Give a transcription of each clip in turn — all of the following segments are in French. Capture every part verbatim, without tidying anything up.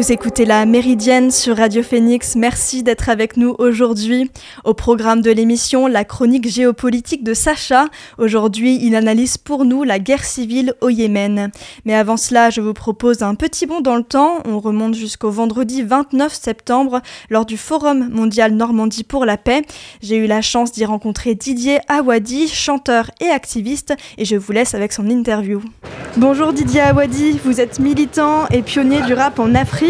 Vous écoutez la Méridienne sur Radio Phoenix. Merci d'être avec nous aujourd'hui. Au programme de l'émission, la chronique géopolitique de Sacha. Aujourd'hui, il analyse pour nous la guerre civile au Yémen. Mais avant cela, je vous propose un petit bond dans le temps. On remonte jusqu'au vendredi vingt-neuf septembre, lors du Forum mondial Normandie pour la paix. J'ai eu la chance d'y rencontrer Didier Awadi, chanteur et activiste, et je vous laisse avec son interview. Bonjour Didier Awadi, vous êtes militant et pionnier du rap en Afrique.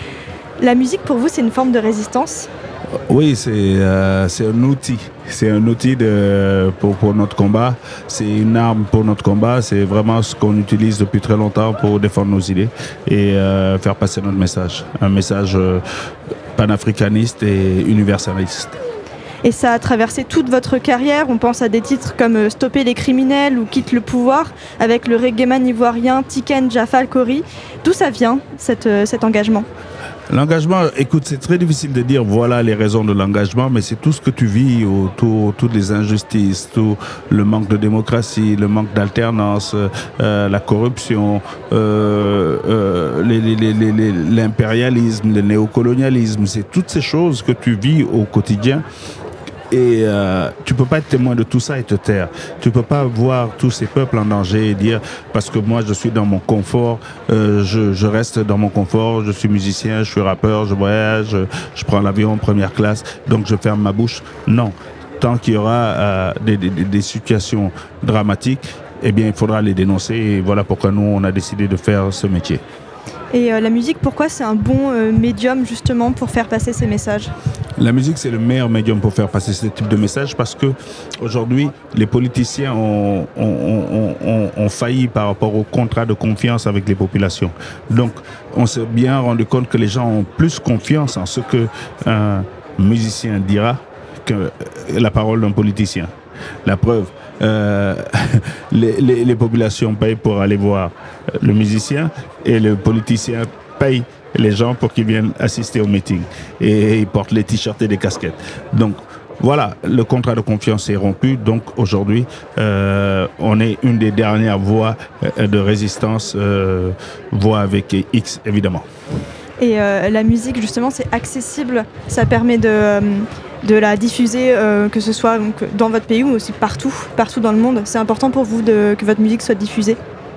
La musique pour vous, c'est une forme de résistance ? Oui, c'est, euh, c'est un outil. C'est un outil de, pour, pour notre combat. C'est une arme pour notre combat. C'est vraiment ce qu'on utilise depuis très longtemps pour défendre nos idées et euh, faire passer notre message. Un message euh, panafricaniste et universaliste. Et ça a traversé toute votre carrière. On pense à des titres comme Stopper les criminels ou Quitte le pouvoir avec le reggaeman ivoirien Tiken Jah Fakoly. D'où ça vient, cette, cet engagement ? L'engagement, écoute, c'est très difficile de dire voilà les raisons de l'engagement, mais c'est tout ce que tu vis autour, toutes les injustices, tout le manque de démocratie, le manque d'alternance, euh, la corruption, euh, euh, les, les, les, les, l'impérialisme, le néocolonialisme. C'est toutes ces choses que tu vis au quotidien. Et euh, tu peux pas être témoin de tout ça et te taire. Tu peux pas voir tous ces peuples en danger et dire parce que moi je suis dans mon confort, euh, je, je reste dans mon confort, je suis musicien, je suis rappeur, je voyage, je, je prends l'avion en première classe, donc je ferme ma bouche. Non, tant qu'il y aura euh, des, des, des situations dramatiques, eh bien il faudra les dénoncer et voilà pourquoi nous on a décidé de faire ce métier. Et euh, la musique, pourquoi c'est un bon euh, médium justement pour faire passer ces messages ? La musique, c'est le meilleur médium pour faire passer ce type de message parce que aujourd'hui, les politiciens ont, ont, ont, ont, ont failli par rapport au contrat de confiance avec les populations. Donc, on s'est bien rendu compte que les gens ont plus confiance en ce qu'un musicien dira que la parole d'un politicien. La preuve, euh, les, les, les populations payent pour aller voir le musicien et le politicien paye les gens pour qu'ils viennent assister au meeting et ils portent les t-shirts et des casquettes. Donc voilà, le contrat de confiance est rompu. Donc aujourd'hui, euh, on est une des dernières voies de résistance, euh, voie avec X évidemment. Et euh, la musique justement, c'est accessible, ça permet de... Euh de la diffuser, euh, que ce soit donc, dans votre pays ou aussi partout, partout dans le monde. C'est important pour vous de, que votre musique soit diffusée ?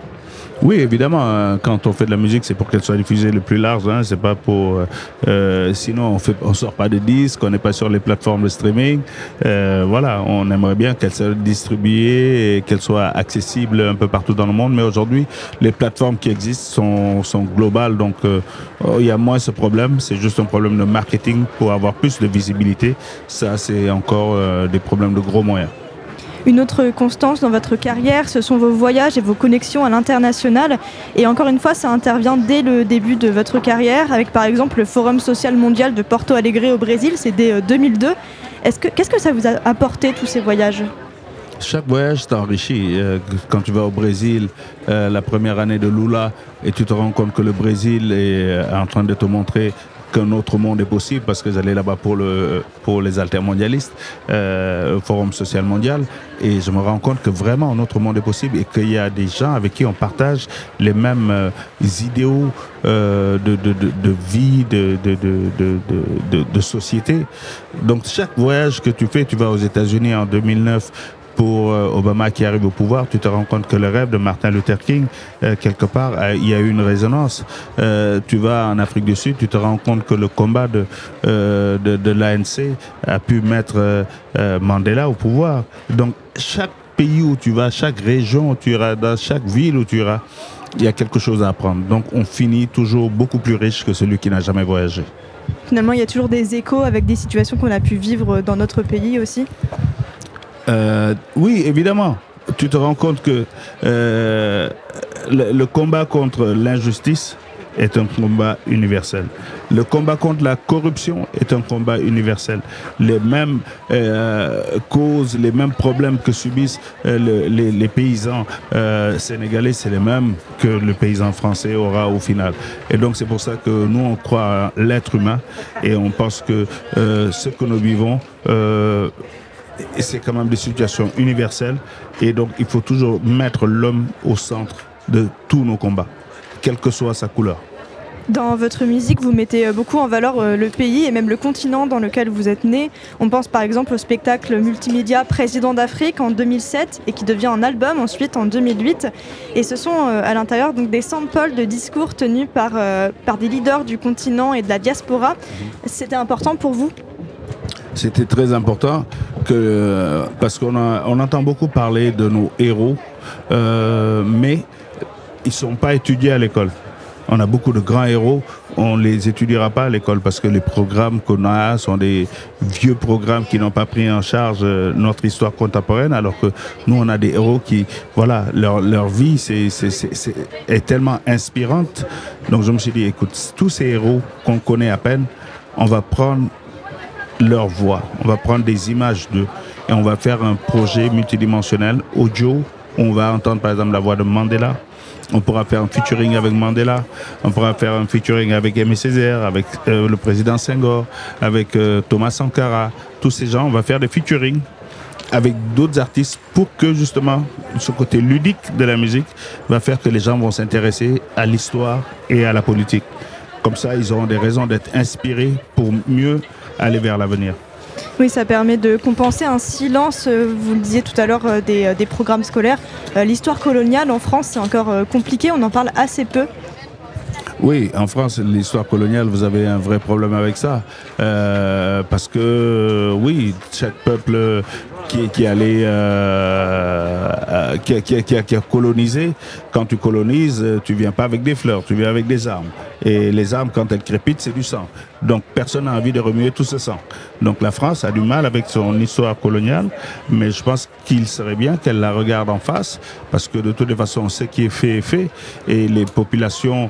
Oui, évidemment, quand on fait de la musique, c'est pour qu'elle soit diffusée le plus large. Hein, c'est pas pour. Euh, sinon, on fait, on sort pas de disques, on n'est pas sur les plateformes de streaming. Euh, voilà, on aimerait bien qu'elle soit distribuée et qu'elle soit accessible un peu partout dans le monde. Mais aujourd'hui, les plateformes qui existent sont, sont globales, donc euh, il y a moins ce problème. C'est juste un problème de marketing pour avoir plus de visibilité. Ça, c'est encore euh, des problèmes de gros moyens. Une autre constance dans votre carrière, ce sont vos voyages et vos connexions à l'international. Et encore une fois, ça intervient dès le début de votre carrière, avec par exemple le Forum social mondial de Porto Alegre au Brésil, c'est dès deux mille deux. Est-ce que, qu'est-ce que ça vous a apporté, tous ces voyages ? Chaque voyage t'enrichit. Quand tu vas au Brésil, euh, la première année de Lula, et tu te rends compte que le Brésil est en train de te montrer qu'un autre monde est possible parce que j'allais là-bas pour, le, pour les altermondialistes, euh, au Forum social mondial, et je me rends compte que vraiment un autre monde est possible et qu'il y a des gens avec qui on partage les mêmes euh, idéaux euh, de, de, de, de vie, de, de, de, de, de, de société. Donc chaque voyage que tu fais, tu vas aux États-Unis en deux mille neuf, pour euh, Obama qui arrive au pouvoir, tu te rends compte que le rêve de Martin Luther King, euh, quelque part, euh, il y a eu une résonance. Euh, tu vas en Afrique du Sud, tu te rends compte que le combat de, euh, de, de l'A N C a pu mettre euh, euh, Mandela au pouvoir. Donc, chaque pays où tu vas, chaque région où tu iras, dans chaque ville où tu iras, il y a quelque chose à apprendre. Donc, on finit toujours beaucoup plus riche que celui qui n'a jamais voyagé. Finalement, il y a toujours des échos avec des situations qu'on a pu vivre dans notre pays aussi. Euh, oui, évidemment. Tu te rends compte que euh, le, le combat contre l'injustice est un combat universel. Le combat contre la corruption est un combat universel. Les mêmes euh, causes, les mêmes problèmes que subissent euh, le, les, les paysans euh, sénégalais, c'est les mêmes que le paysan français aura au final. Et donc c'est pour ça que nous, on croit à l'être humain et on pense que euh, ce que nous vivons... Euh, Et c'est quand même des situations universelles et donc il faut toujours mettre l'homme au centre de tous nos combats, quelle que soit sa couleur. Dans votre musique, vous mettez beaucoup en valeur le pays et même le continent dans lequel vous êtes né. On pense par exemple au spectacle multimédia Président d'Afrique en deux mille sept et qui devient un album ensuite en deux mille huit. Et ce sont à l'intérieur donc des samples de discours tenus par, euh, par des leaders du continent et de la diaspora. C'était important pour vous ? C'était très important que, parce qu'on a, on entend beaucoup parler de nos héros, euh, mais ils ne sont pas étudiés à l'école. On a beaucoup de grands héros, on ne les étudiera pas à l'école parce que les programmes qu'on a sont des vieux programmes qui n'ont pas pris en charge notre histoire contemporaine, alors que nous, on a des héros qui, voilà, leur, leur vie c'est, c'est, c'est, c'est, est tellement inspirante. Donc je me suis dit, écoute, tous ces héros qu'on connaît à peine, on va prendre leur voix, on va prendre des images d'eux et on va faire un projet multidimensionnel, audio, où on va entendre par exemple la voix de Mandela. On pourra faire un featuring avec Mandela, on pourra faire un featuring avec Aimé Césaire, avec euh, le président Senghor, avec euh, Thomas Sankara. Tous ces gens, on va faire des featuring avec d'autres artistes pour que justement ce côté ludique de la musique va faire que les gens vont s'intéresser à l'histoire et à la politique. Comme ça, ils auront des raisons d'être inspirés pour mieux aller vers l'avenir. Oui, ça permet de compenser un silence, vous le disiez tout à l'heure, des, des programmes scolaires. L'histoire coloniale en France, c'est encore compliqué, on en parle assez peu. Oui, en France, l'histoire coloniale, vous avez un vrai problème avec ça. Euh, parce que, oui, chaque peuple qui, qui, allait, euh, qui, qui, qui, a, qui a colonisé, quand tu colonises, tu viens pas avec des fleurs, tu viens avec des armes. Et les armes, quand elles crépitent, c'est du sang. Donc personne n'a envie de remuer tout ce sang. Donc la France a du mal avec son histoire coloniale, mais je pense qu'il serait bien qu'elle la regarde en face, parce que de toutes les façons, ce qui est fait est fait, et les populations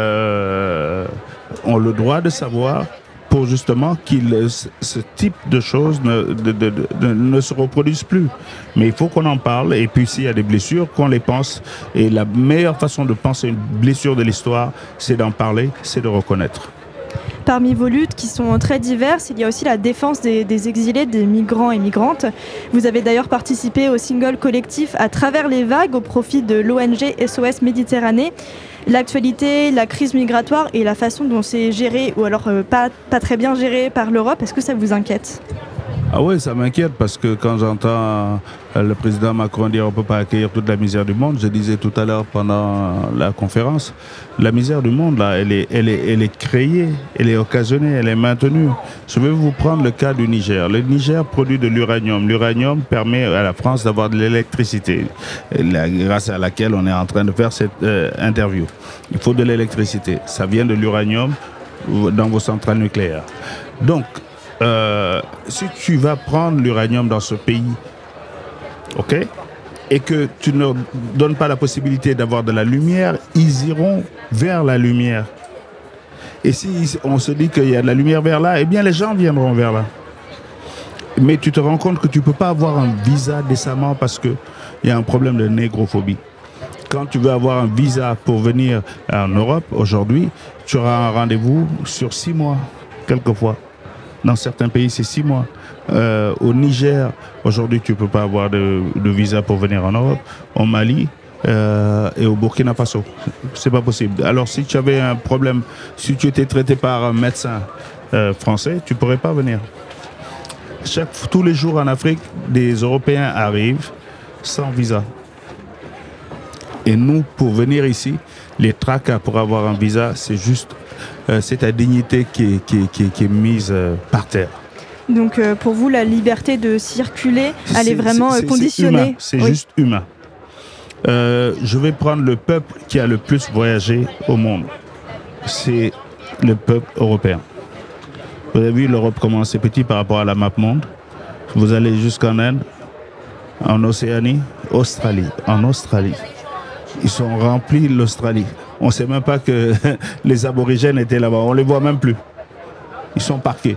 euh, ont le droit de savoir pour justement que ce type de choses ne, de, de, de, ne se reproduise plus. Mais il faut qu'on en parle, et puis s'il y a des blessures, qu'on les pense. Et la meilleure façon de penser une blessure de l'histoire, c'est d'en parler, c'est de reconnaître. Parmi vos luttes qui sont très diverses, il y a aussi la défense des, des exilés, des migrants et migrantes. Vous avez d'ailleurs participé au single collectif À travers les vagues au profit de l'O N G S O S Méditerranée. L'actualité, la crise migratoire et la façon dont c'est géré, ou alors euh, pas, pas très bien géré par l'Europe, est-ce que ça vous inquiète ? Ah oui, ça m'inquiète parce que quand j'entends le président Macron dire on ne peut pas accueillir toute la misère du monde, je disais tout à l'heure pendant la conférence, la misère du monde, là, elle est, elle est, elle est créée, elle est occasionnée, elle est maintenue. Je vais vous prendre le cas du Niger. Le Niger produit de l'uranium. L'uranium permet à la France d'avoir de l'électricité, grâce à laquelle on est en train de faire cette euh, interview. Il faut de l'électricité. Ça vient de l'uranium dans vos centrales nucléaires. Donc, Euh, si tu vas prendre l'uranium dans ce pays, ok, et que tu ne donnes pas la possibilité d'avoir de la lumière, ils iront vers la lumière. Et si on se dit qu'il y a de la lumière vers là, eh bien les gens viendront vers là. Mais tu te rends compte que tu ne peux pas avoir un visa décemment parce qu'il y a un problème de négrophobie. Quand tu veux avoir un visa pour venir en Europe, aujourd'hui, tu auras un rendez-vous sur six mois, quelquefois. Dans certains pays, c'est six mois. Euh, au Niger, aujourd'hui, tu ne peux pas avoir de, de visa pour venir en Europe. Au Mali euh, et au Burkina Faso, c'est pas possible. Alors, si tu avais un problème, si tu étais traité par un médecin euh, français, tu ne pourrais pas venir. Chaque, tous les jours en Afrique, des Européens arrivent sans visa. Et nous, pour venir ici, les tracas pour avoir un visa, c'est juste... Euh, c'est ta dignité qui est, qui est, qui est, qui est mise euh, par terre. Donc euh, pour vous, la liberté de circuler, elle c'est, est vraiment c'est, c'est, conditionnée. C'est, c'est oui. juste humain. Euh, je vais prendre le peuple qui a le plus voyagé au monde. C'est le peuple européen. Vous avez vu l'Europe comment c'est petit par rapport à la map monde. Vous allez jusqu'en Inde, en Océanie, Australie. En Australie, ils sont remplis l'Australie. On ne sait même pas que les aborigènes étaient là-bas. On ne les voit même plus. Ils sont parqués.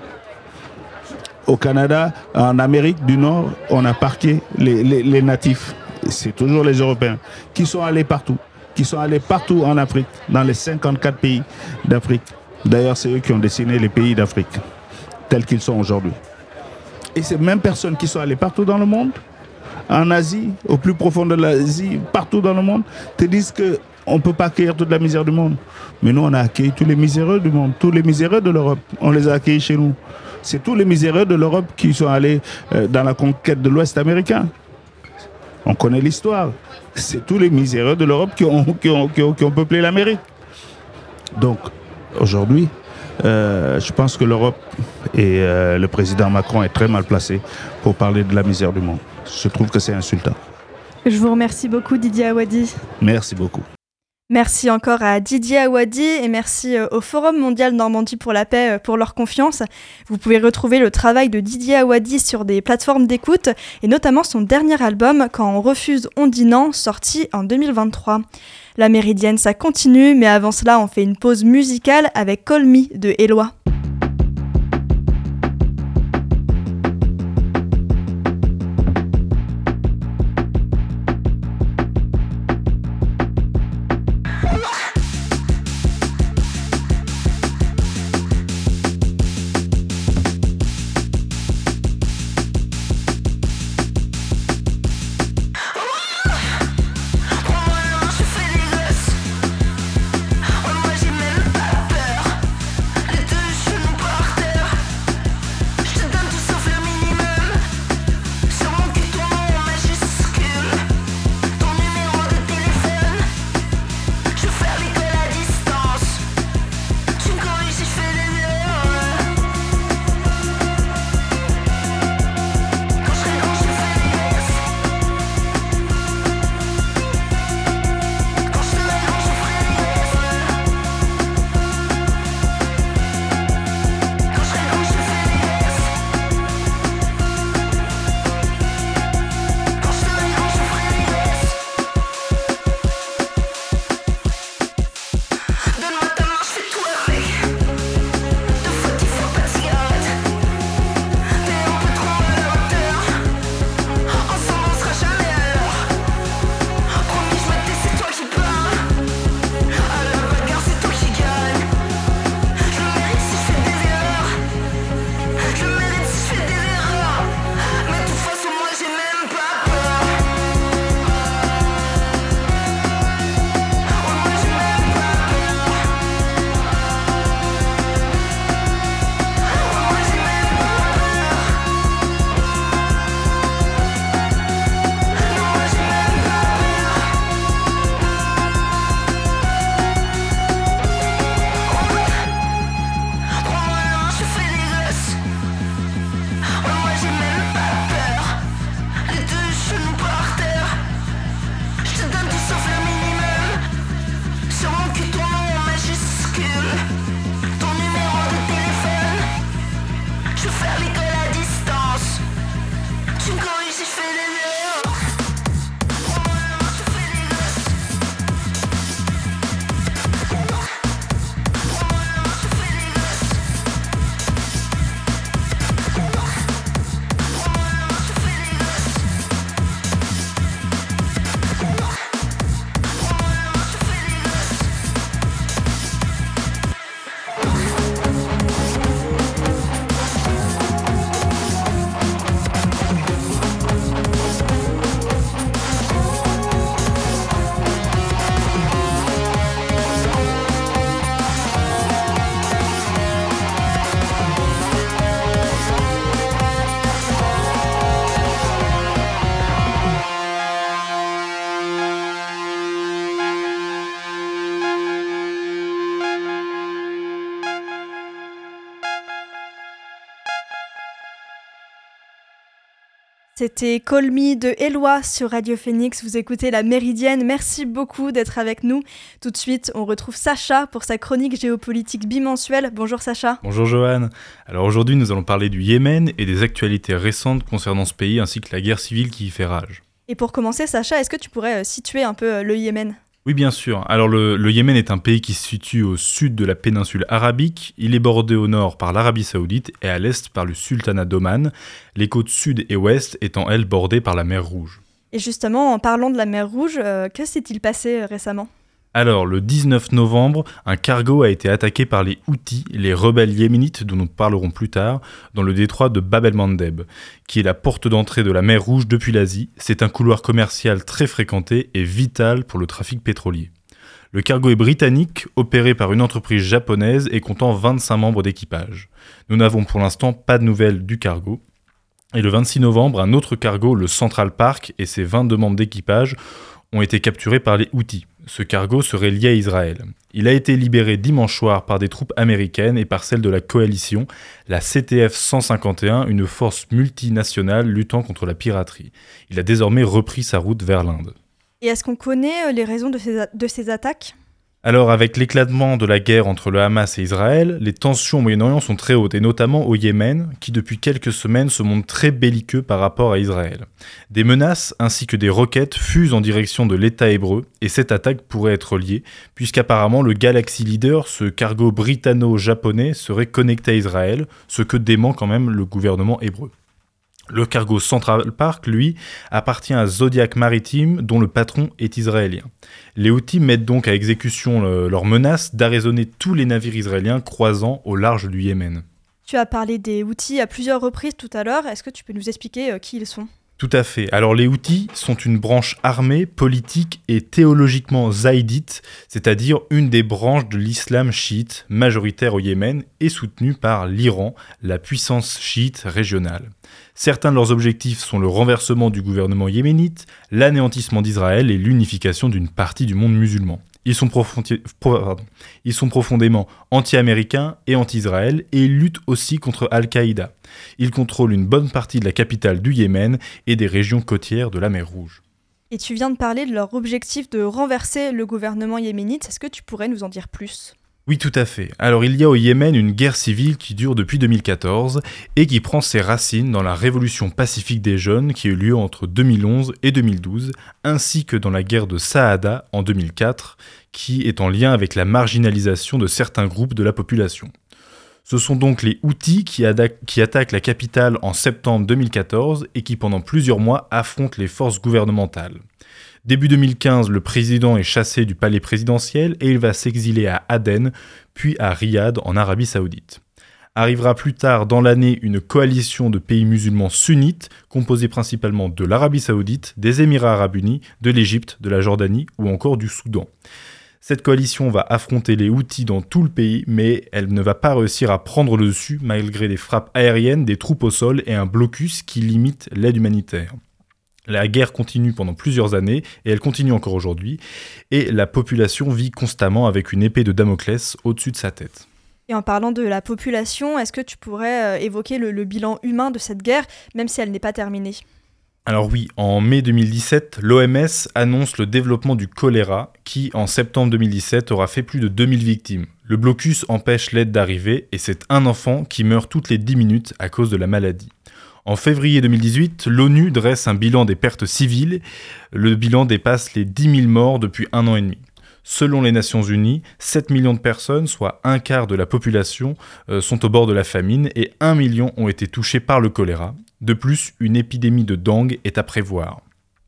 Au Canada, en Amérique du Nord, on a parqué les, les, les natifs. C'est toujours les Européens qui sont allés partout. Qui sont allés partout en Afrique, dans les cinquante-quatre pays d'Afrique. D'ailleurs, c'est eux qui ont dessiné les pays d'Afrique, tels qu'ils sont aujourd'hui. Et ces mêmes personnes qui sont allées partout dans le monde, en Asie, au plus profond de l'Asie, partout dans le monde, te disent que on ne peut pas accueillir toute la misère du monde. Mais nous, on a accueilli tous les miséreux du monde, tous les miséreux de l'Europe. On les a accueillis chez nous. C'est tous les miséreux de l'Europe qui sont allés euh, dans la conquête de l'Ouest américain. On connaît l'histoire. C'est tous les miséreux de l'Europe qui ont, qui ont, qui ont, qui ont peuplé l'Amérique. Donc, aujourd'hui, euh, je pense que l'Europe et euh, le président Macron est très mal placé pour parler de la misère du monde. Je trouve que c'est insultant. Je vous remercie beaucoup, Didier Awadi. Merci beaucoup. Merci encore à Didier Awadi et merci au Forum mondial Normandie pour la paix pour leur confiance. Vous pouvez retrouver le travail de Didier Awadi sur des plateformes d'écoute et notamment son dernier album Quand on refuse, on dit non, sorti en deux mille vingt-trois. La Méridienne, ça continue, mais avant cela, on fait une pause musicale avec Call Me de Eloi. C'était Call Me de Eloi sur Radio Phoenix. Vous écoutez La Méridienne. Merci beaucoup d'être avec nous. Tout de suite, on retrouve Sacha pour sa chronique géopolitique bimensuelle. Bonjour Sacha. Bonjour Johan. Alors aujourd'hui, nous allons parler du Yémen et des actualités récentes concernant ce pays ainsi que la guerre civile qui y fait rage. Et pour commencer, Sacha, est-ce que tu pourrais situer un peu le Yémen ? Oui, bien sûr. Alors le, le Yémen est un pays qui se situe au sud de la péninsule arabique. Il est bordé au nord par l'Arabie Saoudite et à l'est par le sultanat d'Oman, les côtes sud et ouest étant elles bordées par la mer Rouge. Et justement, en parlant de la mer Rouge, euh, que s'est-il passé euh, récemment ? Alors, le dix-neuf novembre, un cargo a été attaqué par les Houthis, les rebelles yéménites dont nous parlerons plus tard, dans le détroit de Bab el-Mandeb, qui est la porte d'entrée de la mer Rouge depuis l'Asie. C'est un couloir commercial très fréquenté et vital pour le trafic pétrolier. Le cargo est britannique, opéré par une entreprise japonaise et comptant vingt-cinq membres d'équipage. Nous n'avons pour l'instant pas de nouvelles du cargo. Et le vingt-six novembre, un autre cargo, le Central Park, et ses vingt-deux membres d'équipage ont été capturés par les Houthis. Ce cargo serait lié à Israël. Il a été libéré dimanche soir par des troupes américaines et par celles de la coalition, la C T F cent cinquante et un, une force multinationale luttant contre la piraterie. Il a désormais repris sa route vers l'Inde. Et est-ce qu'on connaît les raisons de ces, a- de ces attaques ? Alors, avec l'éclatement de la guerre entre le Hamas et Israël, les tensions au Moyen-Orient sont très hautes, et notamment au Yémen, qui depuis quelques semaines se montre très belliqueux par rapport à Israël. Des menaces ainsi que des roquettes fusent en direction de l'État hébreu, et cette attaque pourrait être liée, puisqu'apparemment le Galaxy Leader, ce cargo britanno-japonais, serait connecté à Israël, ce que dément quand même le gouvernement hébreu. Le cargo Central Park, lui, appartient à Zodiac Maritime, dont le patron est israélien. Les Houthis mettent donc à exécution le, leur menace d'arraisonner tous les navires israéliens croisant au large du Yémen. Tu as parlé des Houthis à plusieurs reprises tout à l'heure. Est-ce que tu peux nous expliquer euh, qui ils sont ? Tout à fait. Alors les Houthis sont une branche armée, politique et théologiquement zaïdite, c'est-à-dire une des branches de l'islam chiite majoritaire au Yémen et soutenue par l'Iran, la puissance chiite régionale. Certains de leurs objectifs sont le renversement du gouvernement yéménite, l'anéantissement d'Israël et l'unification d'une partie du monde musulman. Ils sont, profondi- pro- pardon. Ils sont profondément anti-américains et anti-Israël et ils luttent aussi contre Al-Qaïda. Ils contrôlent une bonne partie de la capitale du Yémen et des régions côtières de la mer Rouge. Et tu viens de parler de leur objectif de renverser le gouvernement yéménite. Est-ce que tu pourrais nous en dire plus ? Oui, tout à fait. Alors il y a au Yémen une guerre civile qui dure depuis deux mille quatorze et qui prend ses racines dans la révolution pacifique des jeunes qui a eu lieu entre deux mille onze et deux mille douze, ainsi que dans la guerre de Saada en deux mille quatre, qui est en lien avec la marginalisation de certains groupes de la population. Ce sont donc les Houthis qui, ada- qui attaquent la capitale en septembre deux mille quatorze et qui pendant plusieurs mois affrontent les forces gouvernementales. Début deux mille quinze, le président est chassé du palais présidentiel et il va s'exiler à Aden, puis à Riyad en Arabie Saoudite. Arrivera plus tard dans l'année une coalition de pays musulmans sunnites composée principalement de l'Arabie Saoudite, des Émirats Arabes Unis, de l'Égypte, de la Jordanie ou encore du Soudan. Cette coalition va affronter les Houthis dans tout le pays, mais elle ne va pas réussir à prendre le dessus malgré des frappes aériennes, des troupes au sol et un blocus qui limite l'aide humanitaire. La guerre continue pendant plusieurs années, et elle continue encore aujourd'hui, et la population vit constamment avec une épée de Damoclès au-dessus de sa tête. Et en parlant de la population, est-ce que tu pourrais euh, évoquer le, le bilan humain de cette guerre, même si elle n'est pas terminée ? Alors oui, en mai deux mille dix-sept, l'O M S annonce le développement du choléra, qui en septembre deux mille dix-sept aura fait plus de deux mille victimes. Le blocus empêche l'aide d'arriver, et c'est un enfant qui meurt toutes les dix minutes à cause de la maladie. En février deux mille dix-huit, l'ONU dresse un bilan des pertes civiles. Le bilan dépasse les dix mille morts depuis un an et demi. Selon les Nations Unies, sept millions de personnes, soit un quart de la population, euh, sont au bord de la famine et un million ont été touchés par le choléra. De plus, une épidémie de dengue est à prévoir.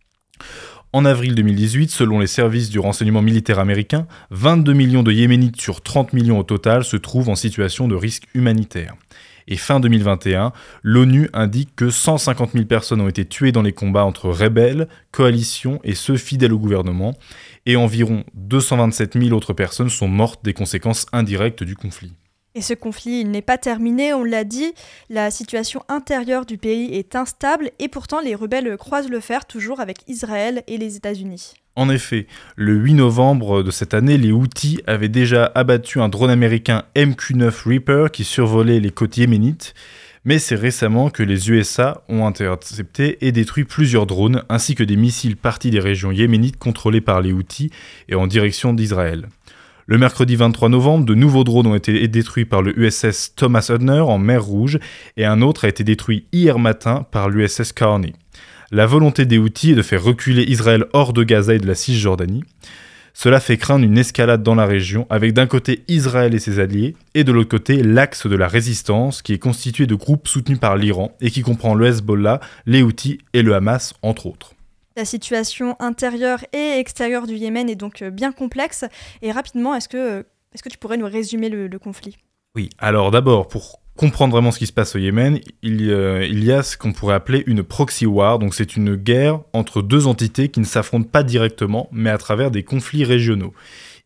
En avril deux mille dix-huit, selon les services du renseignement militaire américain, vingt-deux millions de Yéménites sur trente millions au total se trouvent en situation de risque humanitaire. Et fin deux mille vingt et un, l'ONU indique que cent cinquante mille personnes ont été tuées dans les combats entre rebelles, coalitions et ceux fidèles au gouvernement, et environ deux cent vingt-sept mille autres personnes sont mortes des conséquences indirectes du conflit. Et ce conflit, il n'est pas terminé, on l'a dit, la situation intérieure du pays est instable et pourtant les rebelles croisent le fer toujours avec Israël et les États-Unis. En effet, le huit novembre de cette année, les Houthis avaient déjà abattu un drone américain M Q neuf Reaper qui survolait les côtes yéménites, mais c'est récemment que les U S A ont intercepté et détruit plusieurs drones ainsi que des missiles partis des régions yéménites contrôlées par les Houthis et en direction d'Israël. Le mercredi vingt-trois novembre, de nouveaux drones ont été détruits par le U S S Thomas Udner en mer Rouge et un autre a été détruit hier matin par l'U S S Carney. La volonté des Houthis est de faire reculer Israël hors de Gaza et de la Cisjordanie. Cela fait craindre une escalade dans la région, avec d'un côté Israël et ses alliés, et de l'autre côté l'axe de la résistance, qui est constitué de groupes soutenus par l'Iran, et qui comprend le Hezbollah, les Houthis et le Hamas, entre autres. La situation intérieure et extérieure du Yémen est donc bien complexe. Et rapidement, est-ce que, est-ce que tu pourrais nous résumer le, le conflit ? Oui, alors d'abord, pour comprendre vraiment ce qui se passe au Yémen, il, euh, il y a ce qu'on pourrait appeler une proxy war, donc c'est une guerre entre deux entités qui ne s'affrontent pas directement, mais à travers des conflits régionaux.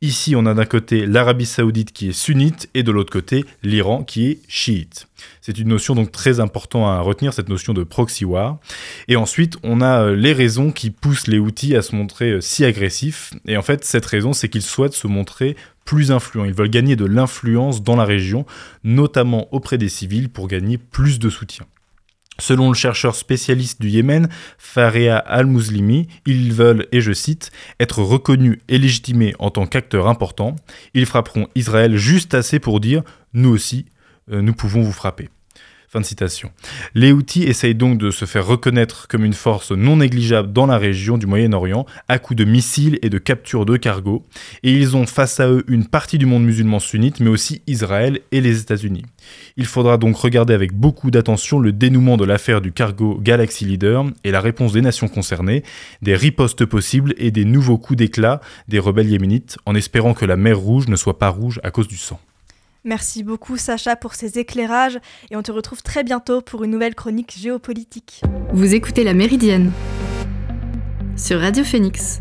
Ici, on a d'un côté l'Arabie Saoudite qui est sunnite et de l'autre côté l'Iran qui est chiite. C'est une notion donc très importante à retenir, cette notion de proxy war. Et ensuite, on a les raisons qui poussent les Houthis à se montrer si agressifs. Et en fait, cette raison, c'est qu'ils souhaitent se montrer plus influents. Ils veulent gagner de l'influence dans la région, notamment auprès des civils, pour gagner plus de soutien. Selon le chercheur spécialiste du Yémen, Faria Al-Muslimi, ils veulent, et je cite, être reconnus et légitimés en tant qu'acteurs importants. Ils frapperont Israël juste assez pour dire « nous aussi, euh, nous pouvons vous frapper ». Fin de citation. Les Houthis essayent donc de se faire reconnaître comme une force non négligeable dans la région du Moyen-Orient à coups de missiles et de capture de cargos. Et ils ont face à eux une partie du monde musulman sunnite, mais aussi Israël et les États-Unis. Il faudra donc regarder avec beaucoup d'attention le dénouement de l'affaire du cargo Galaxy Leader et la réponse des nations concernées, des ripostes possibles et des nouveaux coups d'éclat des rebelles yéménites, en espérant que la mer Rouge ne soit pas rouge à cause du sang. Merci beaucoup Sacha pour ces éclairages et on te retrouve très bientôt pour une nouvelle chronique géopolitique. Vous écoutez La Méridienne sur Radio Phoenix.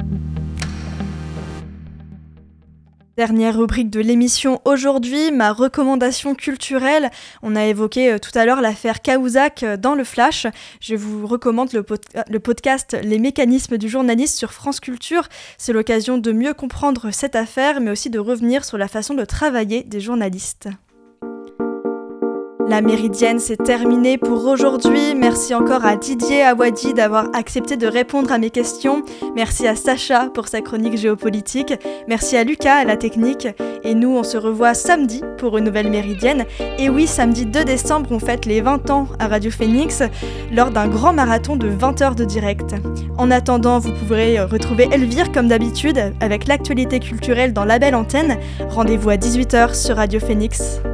Dernière rubrique de l'émission aujourd'hui, ma recommandation culturelle. On a évoqué euh, tout à l'heure l'affaire Cahuzac euh, dans le Flash. Je vous recommande le, pod- le podcast Les mécanismes du journaliste sur France Culture. C'est l'occasion de mieux comprendre cette affaire, mais aussi de revenir sur la façon de travailler des journalistes. La Méridienne, c'est terminé pour aujourd'hui. Merci encore à Didier Awadi d'avoir accepté de répondre à mes questions. Merci à Sacha pour sa chronique géopolitique. Merci à Lucas à la technique. Et nous, on se revoit samedi pour une nouvelle Méridienne. Et oui, samedi deux décembre, on fête les vingt ans à Radio Phoenix lors d'un grand marathon de vingt heures de direct. En attendant, vous pourrez retrouver Elvire comme d'habitude avec l'actualité culturelle dans la belle antenne. Rendez-vous à dix-huit heures sur Radio Phoenix.